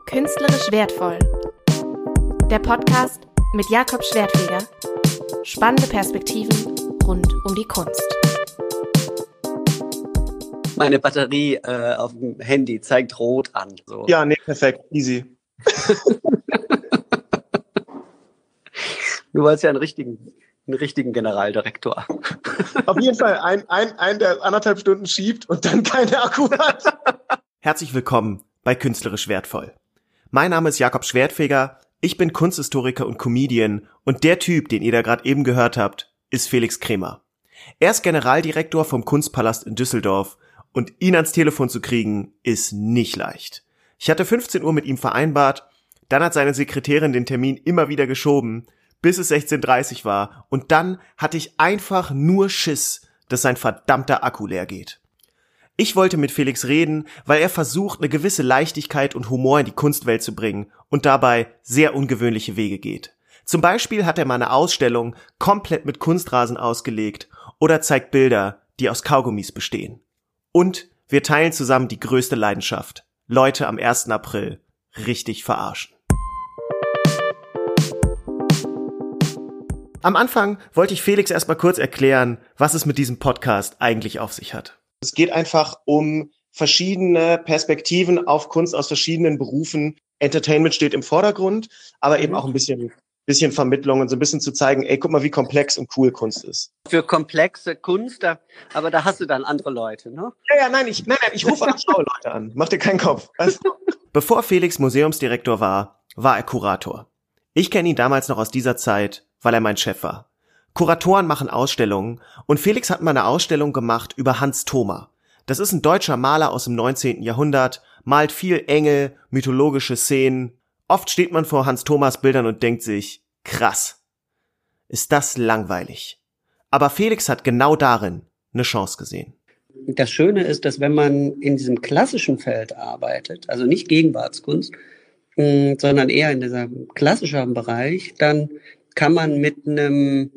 Künstlerisch wertvoll. Der Podcast mit Jakob Schwertfeger. Spannende Perspektiven rund um die Kunst. Meine Batterie auf dem Handy zeigt rot an. So. Ja, nee, perfekt, easy. Du wolltest ja einen richtigen Generaldirektor. Auf jeden Fall ein, der 1,5 Stunden schiebt und dann keine Akku hat. Herzlich willkommen bei Künstlerisch wertvoll. Mein Name ist Jakob Schwertfeger, ich bin Kunsthistoriker und Comedian und der Typ, den ihr da gerade eben gehört habt, ist Felix Kremer. Er ist Generaldirektor vom Kunstpalast in Düsseldorf und ihn ans Telefon zu kriegen, ist nicht leicht. Ich hatte 15 Uhr mit ihm vereinbart, dann hat seine Sekretärin den Termin immer wieder geschoben, bis es 16:30 war und dann hatte ich einfach nur Schiss, dass sein verdammter Akku leer geht. Ich wollte mit Felix reden, weil er versucht, eine gewisse Leichtigkeit und Humor in die Kunstwelt zu bringen und dabei sehr ungewöhnliche Wege geht. Zum Beispiel hat er mal eine Ausstellung komplett mit Kunstrasen ausgelegt oder zeigt Bilder, die aus Kaugummis bestehen. Und wir teilen zusammen die größte Leidenschaft: Leute am 1. April richtig verarschen. Am Anfang wollte ich Felix erstmal kurz erklären, was es mit diesem Podcast eigentlich auf sich hat. Es geht einfach um verschiedene Perspektiven auf Kunst aus verschiedenen Berufen. Entertainment steht im Vordergrund, aber eben auch ein bisschen Vermittlung und so ein bisschen zu zeigen, ey, guck mal, wie komplex und cool Kunst ist. Für komplexe Kunst, aber da hast du dann andere Leute, ne? Nein, ich rufe auch schlaue Leute an. Mach dir keinen Kopf. Also. Bevor Felix Museumsdirektor war er Kurator. Ich kenne ihn damals noch aus dieser Zeit, weil er mein Chef war. Kuratoren machen Ausstellungen und Felix hat mal eine Ausstellung gemacht über Hans Thoma. Das ist ein deutscher Maler aus dem 19. Jahrhundert, malt viel Engel, mythologische Szenen. Oft steht man vor Hans Thomas Bildern und denkt sich, krass, ist das langweilig. Aber Felix hat genau darin eine Chance gesehen. Das Schöne ist, dass wenn man in diesem klassischen Feld arbeitet, also nicht Gegenwartskunst, sondern eher in diesem klassischen Bereich, dann kann man mit einem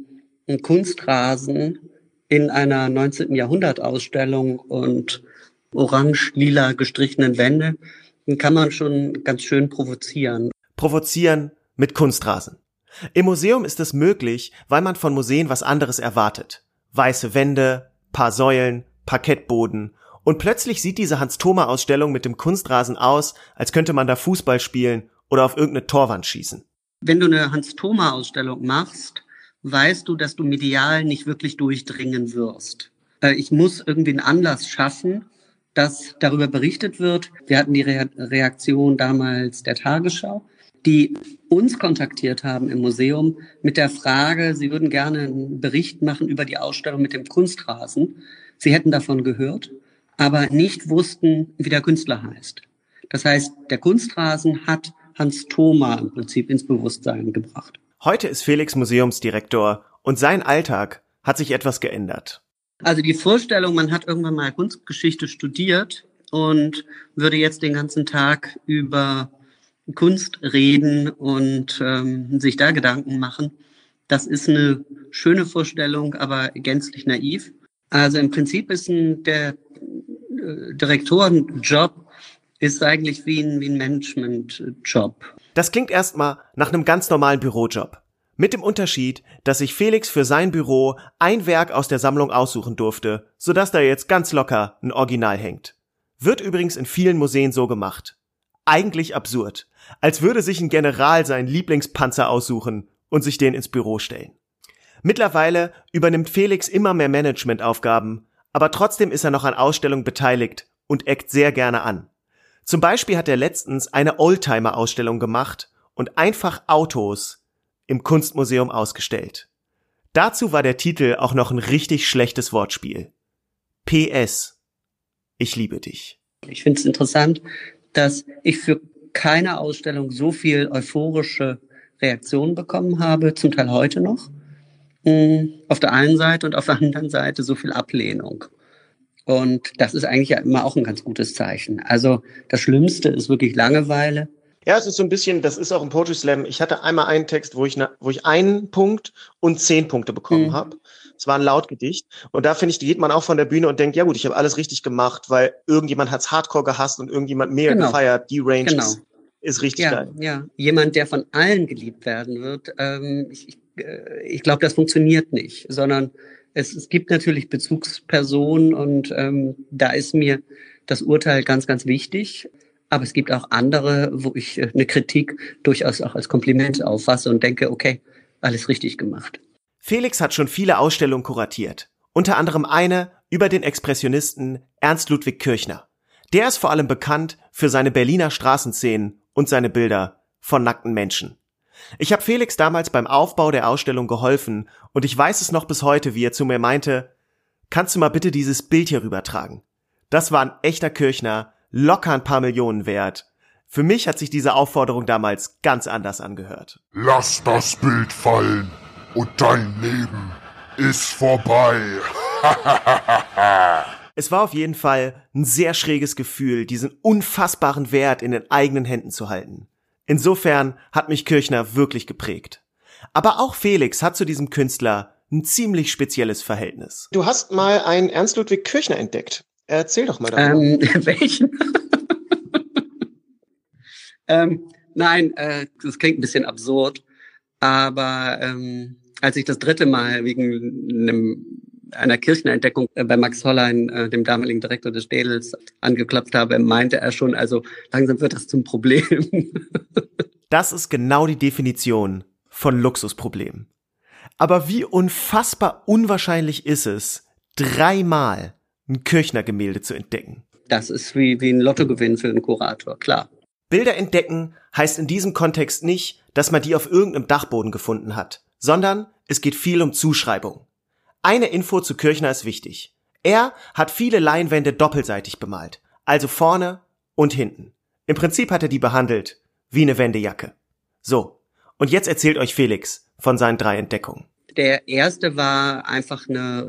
Kunstrasen in einer 19. Jahrhundert-Ausstellung und orange-lila gestrichenen Wände, kann man schon ganz schön provozieren. Provozieren mit Kunstrasen. Im Museum ist es möglich, weil man von Museen was anderes erwartet. Weiße Wände, paar Säulen, Parkettboden. Und plötzlich sieht diese Hans-Thoma-Ausstellung mit dem Kunstrasen aus, als könnte man da Fußball spielen oder auf irgendeine Torwand schießen. Wenn du eine Hans-Thoma-Ausstellung machst, weißt du, dass du medial nicht wirklich durchdringen wirst. Ich muss irgendwie einen Anlass schaffen, dass darüber berichtet wird. Wir hatten die Reaktion damals der Tagesschau, die uns kontaktiert haben im Museum mit der Frage, sie würden gerne einen Bericht machen über die Ausstellung mit dem Kunstrasen. Sie hätten davon gehört, aber nicht wussten, wie der Künstler heißt. Das heißt, der Kunstrasen hat Hans Thoma im Prinzip ins Bewusstsein gebracht. Heute ist Felix Museumsdirektor und sein Alltag hat sich etwas geändert. Also die Vorstellung, man hat irgendwann mal Kunstgeschichte studiert und würde jetzt den ganzen Tag über Kunst reden und sich da Gedanken machen, das ist eine schöne Vorstellung, aber gänzlich naiv. Also im Prinzip ist der Direktorenjob ist eigentlich wie ein Management-Job. Das klingt erstmal nach einem ganz normalen Bürojob. Mit dem Unterschied, dass sich Felix für sein Büro ein Werk aus der Sammlung aussuchen durfte, sodass da jetzt ganz locker ein Original hängt. Wird übrigens in vielen Museen so gemacht. Eigentlich absurd. Als würde sich ein General seinen Lieblingspanzer aussuchen und sich den ins Büro stellen. Mittlerweile übernimmt Felix immer mehr Managementaufgaben, aber trotzdem ist er noch an Ausstellungen beteiligt und eckt sehr gerne an. Zum Beispiel hat er letztens eine Oldtimer-Ausstellung gemacht und einfach Autos im Kunstmuseum ausgestellt. Dazu war der Titel auch noch ein richtig schlechtes Wortspiel. PS. Ich liebe dich. Ich finde es interessant, dass ich für keine Ausstellung so viel euphorische Reaktionen bekommen habe, zum Teil heute noch. Auf der einen Seite und auf der anderen Seite so viel Ablehnung. Und das ist eigentlich ja immer auch ein ganz gutes Zeichen. Also das Schlimmste ist wirklich Langeweile. Ja, es ist so ein bisschen, das ist auch im Poetry Slam. Ich hatte einmal einen Text, wo ich einen Punkt und 10 Punkte bekommen habe. Es war ein Lautgedicht. Und da finde ich, geht man auch von der Bühne und denkt, ja gut, ich habe alles richtig gemacht, weil irgendjemand hat's Hardcore gehasst und irgendjemand mega gefeiert. Die Range ist ist richtig geil. Ja, jemand, der von allen geliebt werden wird. Ich glaube, das funktioniert nicht, sondern es gibt natürlich Bezugspersonen und da ist mir das Urteil ganz, ganz wichtig. Aber es gibt auch andere, wo ich eine Kritik durchaus auch als Kompliment auffasse und denke, okay, alles richtig gemacht. Felix hat schon viele Ausstellungen kuratiert. Unter anderem eine über den Expressionisten Ernst Ludwig Kirchner. Der ist vor allem bekannt für seine Berliner Straßenszenen und seine Bilder von nackten Menschen. Ich habe Felix damals beim Aufbau der Ausstellung geholfen und ich weiß es noch bis heute, wie er zu mir meinte, kannst du mal bitte dieses Bild hier rübertragen? Das war ein echter Kirchner, locker ein paar Millionen wert. Für mich hat sich diese Aufforderung damals ganz anders angehört. Lass das Bild fallen und dein Leben ist vorbei. Es war auf jeden Fall ein sehr schräges Gefühl, diesen unfassbaren Wert in den eigenen Händen zu halten. Insofern hat mich Kirchner wirklich geprägt. Aber auch Felix hat zu diesem Künstler ein ziemlich spezielles Verhältnis. Du hast mal einen Ernst Ludwig Kirchner entdeckt. Erzähl doch mal darüber. Welchen? Nein, das klingt ein bisschen absurd, aber als ich das 3. Mal wegen einer Kirchner-Entdeckung bei Max Hollein, dem damaligen Direktor des Städels, angeklopft habe, meinte er schon, also langsam wird das zum Problem. Das ist genau die Definition von Luxusproblem. Aber wie unfassbar unwahrscheinlich ist es, 3 Mal ein Kirchner-Gemälde zu entdecken? Das ist wie ein Lottogewinn für einen Kurator, klar. Bilder entdecken heißt in diesem Kontext nicht, dass man die auf irgendeinem Dachboden gefunden hat, sondern es geht viel um Zuschreibung. Eine Info zu Kirchner ist wichtig. Er hat viele Leinwände doppelseitig bemalt, also vorne und hinten. Im Prinzip hat er die behandelt wie eine Wendejacke. So, und jetzt erzählt euch Felix von seinen 3 Entdeckungen. Der erste war einfach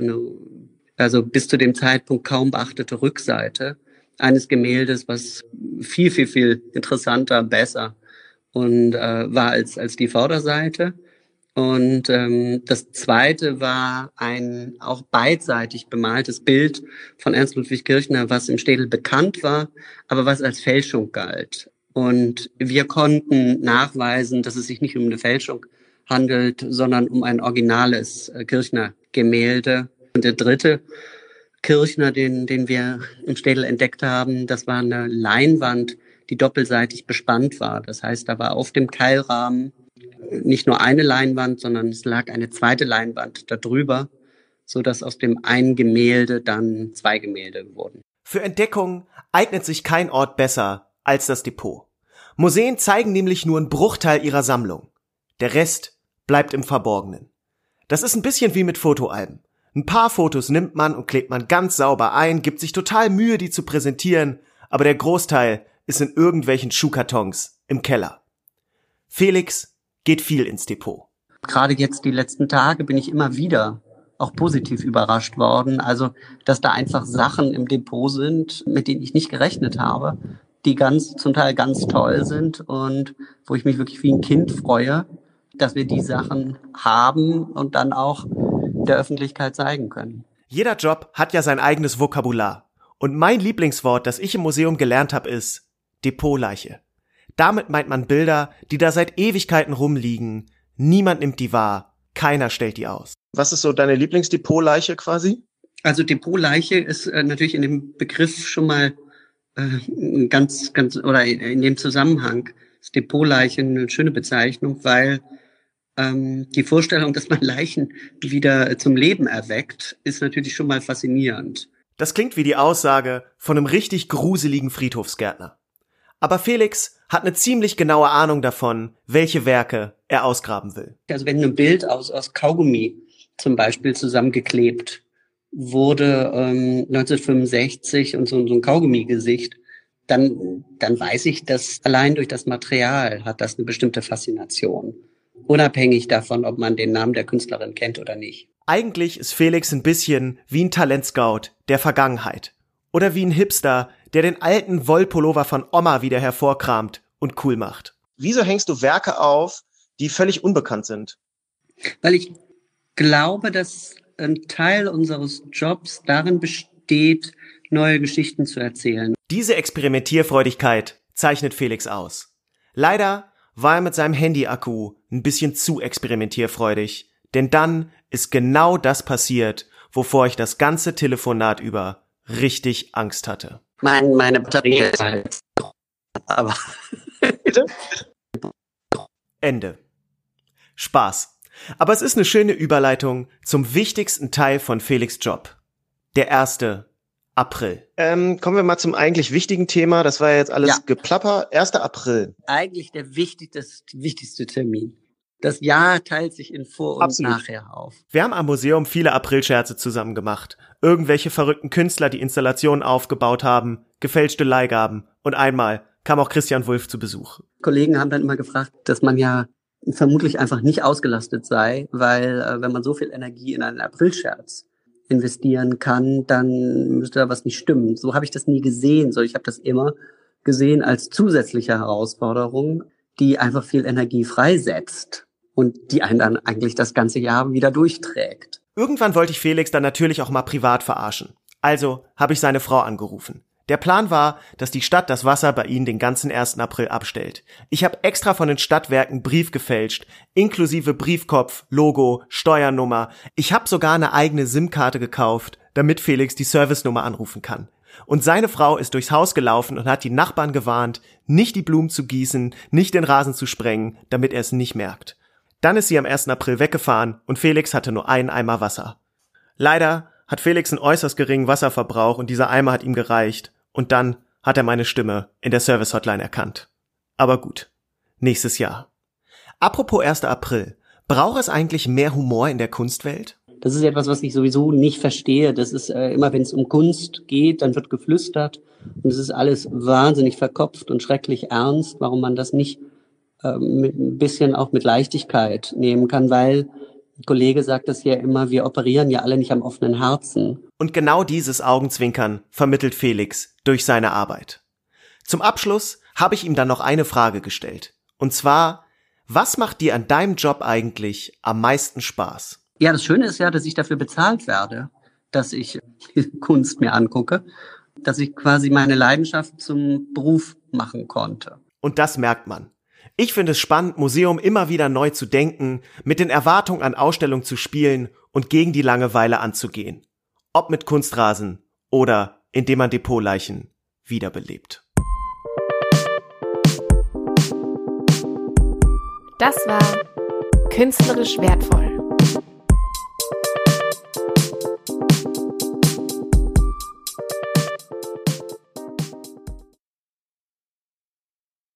also bis zu dem Zeitpunkt kaum beachtete Rückseite eines Gemäldes, was viel, viel, viel interessanter, besser und war als die Vorderseite. Und das zweite war ein auch beidseitig bemaltes Bild von Ernst Ludwig Kirchner, was im Städel bekannt war, aber was als Fälschung galt. Und wir konnten nachweisen, dass es sich nicht um eine Fälschung handelt, sondern um ein originales Kirchner-Gemälde. Und der dritte Kirchner, den wir im Städel entdeckt haben, das war eine Leinwand, die doppelseitig bespannt war. Das heißt, da war auf dem Keilrahmen nicht nur eine Leinwand, sondern es lag eine zweite Leinwand darüber, sodass aus dem einen Gemälde dann 2 Gemälde wurden. Für Entdeckungen eignet sich kein Ort besser als das Depot. Museen zeigen nämlich nur einen Bruchteil ihrer Sammlung. Der Rest bleibt im Verborgenen. Das ist ein bisschen wie mit Fotoalben. Ein paar Fotos nimmt man und klebt man ganz sauber ein, gibt sich total Mühe, die zu präsentieren, aber der Großteil ist in irgendwelchen Schuhkartons im Keller. Felix geht viel ins Depot. Gerade jetzt die letzten Tage bin ich immer wieder auch positiv überrascht worden. Also, dass da einfach Sachen im Depot sind, mit denen ich nicht gerechnet habe, die zum Teil ganz toll sind und wo ich mich wirklich wie ein Kind freue, dass wir die Sachen haben und dann auch der Öffentlichkeit zeigen können. Jeder Job hat ja sein eigenes Vokabular. Und mein Lieblingswort, das ich im Museum gelernt habe, ist Depotleiche. Damit meint man Bilder, die da seit Ewigkeiten rumliegen. Niemand nimmt die wahr. Keiner stellt die aus. Was ist so deine Lieblingsdepotleiche quasi? Also Depotleiche ist natürlich in dem Begriff schon mal ganz, oder in dem Zusammenhang ist Depotleiche eine schöne Bezeichnung, weil die Vorstellung, dass man Leichen wieder zum Leben erweckt, ist natürlich schon mal faszinierend. Das klingt wie die Aussage von einem richtig gruseligen Friedhofsgärtner. Aber Felix hat eine ziemlich genaue Ahnung davon, welche Werke er ausgraben will. Also wenn ein Bild aus Kaugummi zum Beispiel zusammengeklebt wurde 1965 und so ein Kaugummigesicht, dann weiß ich, dass allein durch das Material hat das eine bestimmte Faszination. Unabhängig davon, ob man den Namen der Künstlerin kennt oder nicht. Eigentlich ist Felix ein bisschen wie ein Talentscout der Vergangenheit. Oder wie ein Hipster, der den alten Wollpullover von Oma wieder hervorkramt und cool macht. Wieso hängst du Werke auf, die völlig unbekannt sind? Weil ich glaube, dass ein Teil unseres Jobs darin besteht, neue Geschichten zu erzählen. Diese Experimentierfreudigkeit zeichnet Felix aus. Leider war er mit seinem Handy-Akku ein bisschen zu experimentierfreudig, denn dann ist genau das passiert, wovor ich das ganze Telefonat über richtig Angst hatte. Meine Batterie ist halt. Aber. Bitte? Ende. Spaß. Aber es ist eine schöne Überleitung zum wichtigsten Teil von Felix' Job. Der 1. April. Kommen wir mal zum eigentlich wichtigen Thema. Das war ja jetzt alles Geplapper. 1. April. Eigentlich der wichtigste Termin. Das Jahr teilt sich in Vor- und Nachher auf. Wir haben am Museum viele Aprilscherze zusammen gemacht. Irgendwelche verrückten Künstler, die Installationen aufgebaut haben, gefälschte Leihgaben. Und einmal kam auch Christian Wulff zu Besuch. Kollegen haben dann immer gefragt, dass man ja vermutlich einfach nicht ausgelastet sei, weil wenn man so viel Energie in einen Aprilscherz investieren kann, dann müsste da was nicht stimmen. So habe ich das nie gesehen. So, ich habe das immer gesehen als zusätzliche Herausforderung, die einfach viel Energie freisetzt und die einen dann eigentlich das ganze Jahr wieder durchträgt. Irgendwann wollte ich Felix dann natürlich auch mal privat verarschen. Also habe ich seine Frau angerufen. Der Plan war, dass die Stadt das Wasser bei ihnen den ganzen 1. April abstellt. Ich habe extra von den Stadtwerken Brief gefälscht, inklusive Briefkopf, Logo, Steuernummer. Ich habe sogar eine eigene SIM-Karte gekauft, damit Felix die Servicenummer anrufen kann. Und seine Frau ist durchs Haus gelaufen und hat die Nachbarn gewarnt, nicht die Blumen zu gießen, nicht den Rasen zu sprengen, damit er es nicht merkt. Dann ist sie am 1. April weggefahren und Felix hatte nur einen Eimer Wasser. Leider hat Felix einen äußerst geringen Wasserverbrauch und dieser Eimer hat ihm gereicht. Und dann hat er meine Stimme in der Service-Hotline erkannt. Aber gut, nächstes Jahr. Apropos 1. April, braucht es eigentlich mehr Humor in der Kunstwelt? Das ist etwas, was ich sowieso nicht verstehe. Das ist immer, wenn es um Kunst geht, dann wird geflüstert und es ist alles wahnsinnig verkopft und schrecklich ernst, warum man das nicht mit ein bisschen auch mit Leichtigkeit nehmen kann, weil ein Kollege sagt das ja immer, wir operieren ja alle nicht am offenen Herzen. Und genau dieses Augenzwinkern vermittelt Felix durch seine Arbeit. Zum Abschluss habe ich ihm dann noch eine Frage gestellt. Und zwar, was macht dir an deinem Job eigentlich am meisten Spaß? Ja, das Schöne ist ja, dass ich dafür bezahlt werde, dass ich Kunst mir angucke, dass ich quasi meine Leidenschaft zum Beruf machen konnte. Und das merkt man. Ich finde es spannend, Museum immer wieder neu zu denken, mit den Erwartungen an Ausstellungen zu spielen und gegen die Langeweile anzugehen. Ob mit Kunstrasen oder indem man Depotleichen wiederbelebt. Das war Künstlerisch wertvoll.